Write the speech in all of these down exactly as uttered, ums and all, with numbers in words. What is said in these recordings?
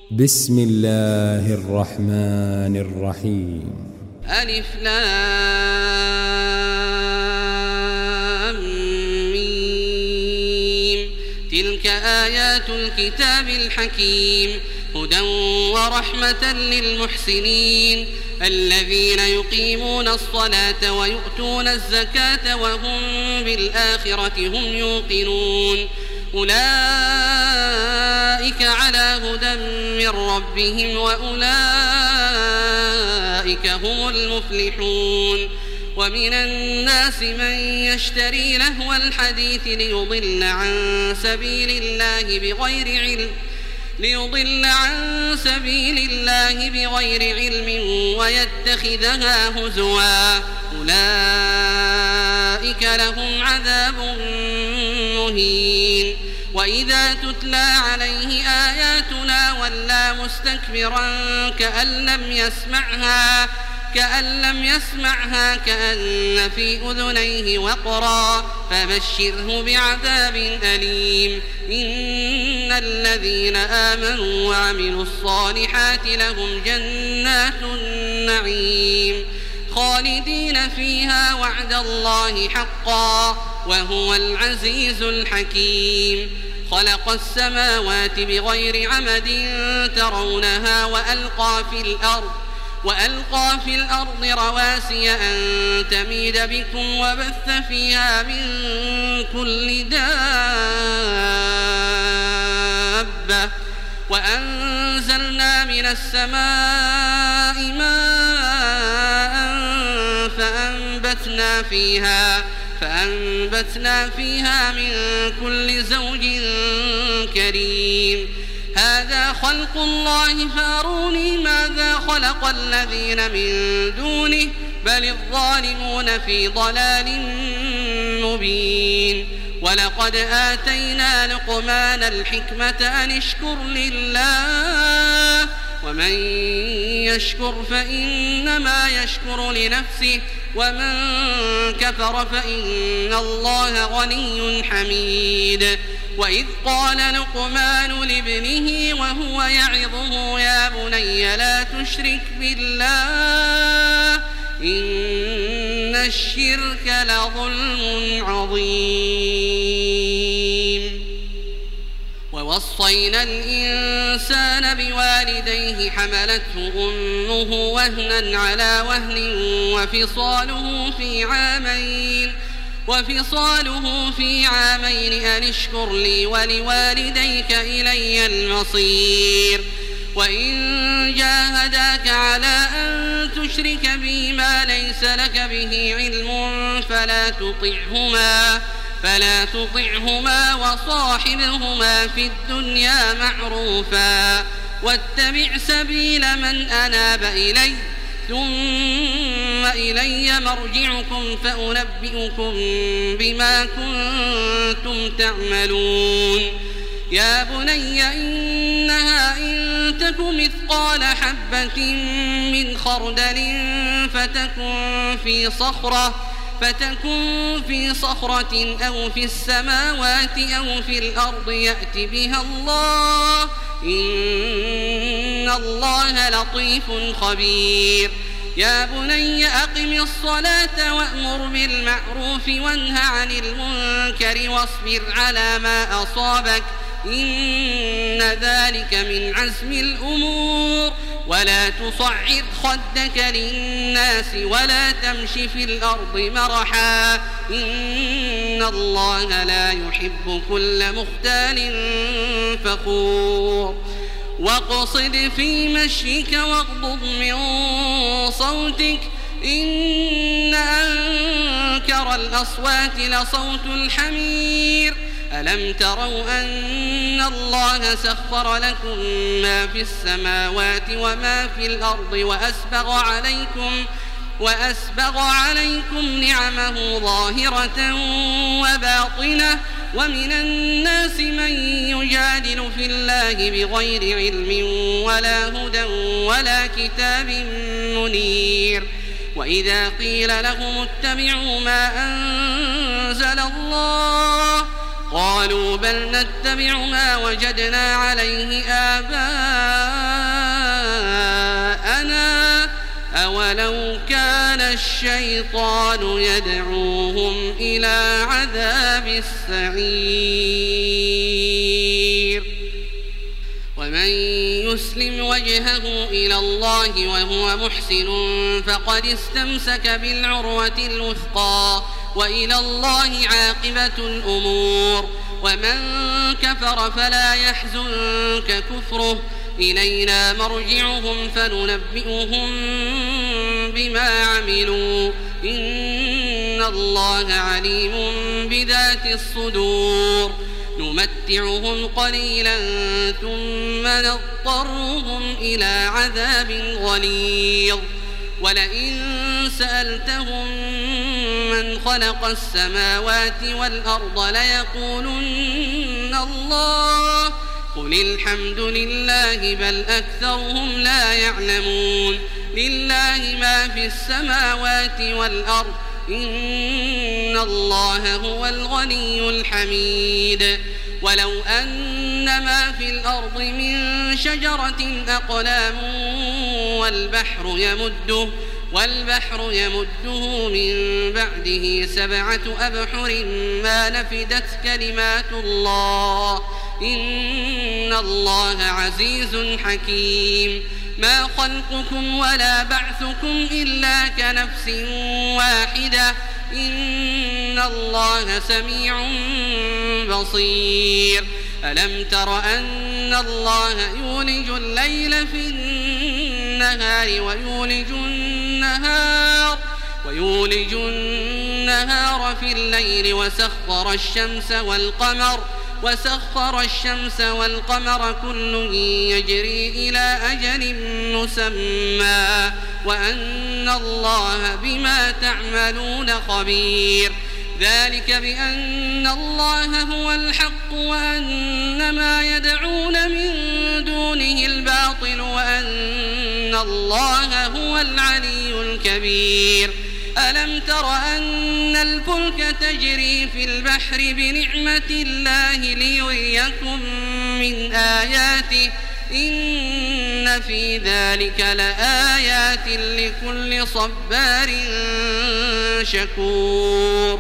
بسم الله الرحمن الرحيم. ألف لام ميم. تلك آيات الكتاب الحكيم هدى ورحمة للمحسنين الذين يقيمون الصلاة ويؤتون الزكاة وهم بالآخرة هم يوقنون أولئك على هدى من ربهم وأولئك هم المفلحون. ومن الناس من يشتري لهو الحديث ليضل عن سبيل الله بغير علم ليضل عن سبيل الله بغير علم ويتخذها هزوا أولئك لهم عذاب مهين. وإذا تتلى عليه آياتنا ولى مستكبرا كأن لم يسمعها كأن لم يسمعها كأن في أذنيه وقرا فبشره بعذاب أليم. إن الذين آمنوا وعملوا الصالحات لهم جنات النعيم خالدين فيها وعد الله حقا وهو العزيز الحكيم. خلق السماوات بغير عمد ترونها وألقى في الأرض وألقى في الأرض رواسي أن تميد بكم وبث فيها من كل دابة وأنزلنا من السماء ماء فأنبتنا فيها فأنبتنا فيها من كل زوج كريم. هذا خلق الله فاروني ماذا خلق الذين من دونه بل الظالمون في ضلال مبين. ولقد آتينا لقمان الحكمة أن اشكر لله ومن يشكر فإنما يشكر لنفسه ومن كفر فإن الله غني حميد. وإذ قال لقمان لابنه وهو يعظه يا بني لا تشرك بالله إن الشرك لظلم عظيم. ووصينا الإنسان بوالديه حملته أمه وهنا على وهن وفصاله في عامين وفصاله في عامين أن اشكر لي ولوالديك إلي المصير. وإن جاهداك على أن تشرك بي ما ليس لك به علم فلا تطعهما فلا تطعهما وصاحبهما في الدنيا معروفا واتبع سبيل من أناب إلي ثم إلي مرجعكم فأنبئكم بما كنتم تعملون. يا بني إنها إن تك مثقال حبة من خردل فتكن في صخرة فتكن في صخرة أو في السماوات أو في الأرض يأت بها الله إن الله لطيف خبير. يا بني أقم الصلاة وأمر بالمعروف وانه عن المنكر واصبر على ما أصابك إن ذلك من عزم الأمور. ولا تصعد خدك للناس ولا تمش في الأرض مرحا إن الله لا يحب كل مختال فخور. واقصد في مشيك واغضض من صوتك إن أنكر الأصوات لصوت الحمير. ألم تروا أن الله سخر لكم ما في السماوات وما في الأرض وأسبغ عليكم وأسبغ عليكم نعمه ظاهرة وباطنة ومن الناس من يجادل في الله بغير علم ولا هدى ولا كتاب منير. وإذا قيل لهم اتبعوا ما أنزل الله قالوا بل نتبع ما وجدنا عليه آباءنا ولو كان الشيطان يدعوهم إلى عذاب السعير. ومن يسلم وجهه إلى الله وهو محسن فقد استمسك بالعروة الوثقى وإلى الله عاقبة الأمور. ومن كفر فلا يحزنك كفره، إلينا مرجعهم فننبئهم بما عملوا، إن الله عليم بذات الصدور. نمتعهم قليلا ثم نضطرهم إلى عذاب غليظ. ولئن سألتهم من خلق السماوات والأرض ليقولن الله، قل الحمد لله بل أكثرهم لا يعلمون. لله ما في السماوات والأرض، إن الله هو الغني الحميد. ولو أن ما في الأرض من شجرة أقلام والبحر يمده والبحر يمده من بعده سبعة أبحر ما نفدت كلمات الله، إن الله عزيز حكيم. ما خلقكم ولا بعثكم إلا كنفس واحدة، إن الله سميع بصير. ألم تر أن الله يولج الليل في النهار ويولج النهار ويولج النهار في الليل وسخر الشمس والقمر وسخر الشمس والقمر كل يجري إلى أجل مسمى وأن الله بما تعملون خبير. ذلك بأن الله هو الحق وأن ما يدعون من دونه الباطل وأن الله هو العلي الكبير. ألم تر أن الفلك تجري في البحر بنعمة الله ليريكم من آياته، إن في ذلك لآيات لكل صبار شكور.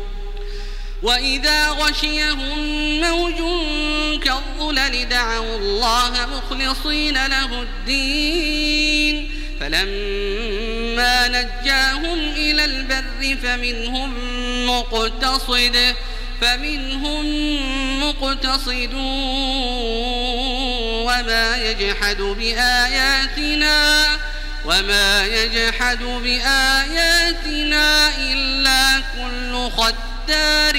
وإذا غشيهم موج كالظلل دعوا الله مخلصين له الدين، فلما نجاهم إلى البر فمنهم مقتصد فمنهم مقتصد وما يجحد بآياتنا وما يجحد بآياتنا إلا كل ختار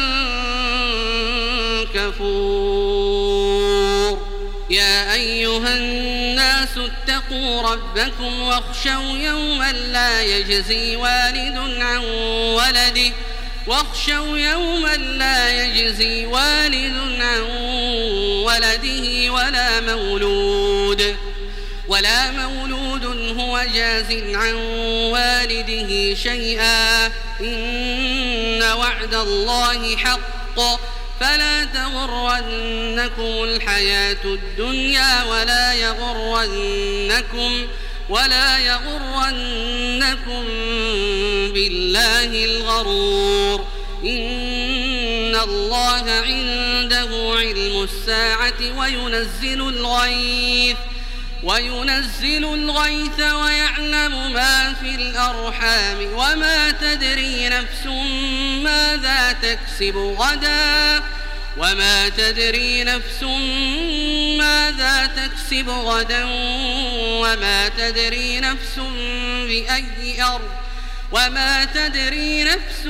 كفور. يا أيها الناس اتقوا ربكم واخشوا يوما لا يجزي والد عن ولده واخشوا يوما لا يجزي والد عن ولده ولا مولود ولا مولود هو جاز عن والده شيئا، إن وعد الله حق، فلا تغرنكم الحياة الدنيا ولا يغرنكم ولا يغرنكم بالله الغرور. إن الله عنده علم الساعة وينزل الغيث وينزل الغيث ويعلم ما في الأرحام وما تدري نفس ماذا تكسب غدا وما تدري نفس ماذا تكسب غدا وما تدري نفس بأي أرض وما تدري نفس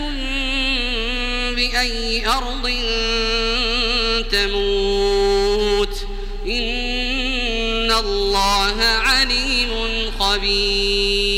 بأي أرض تموت، إن الله عليم خبير. إن الله عليم خبير.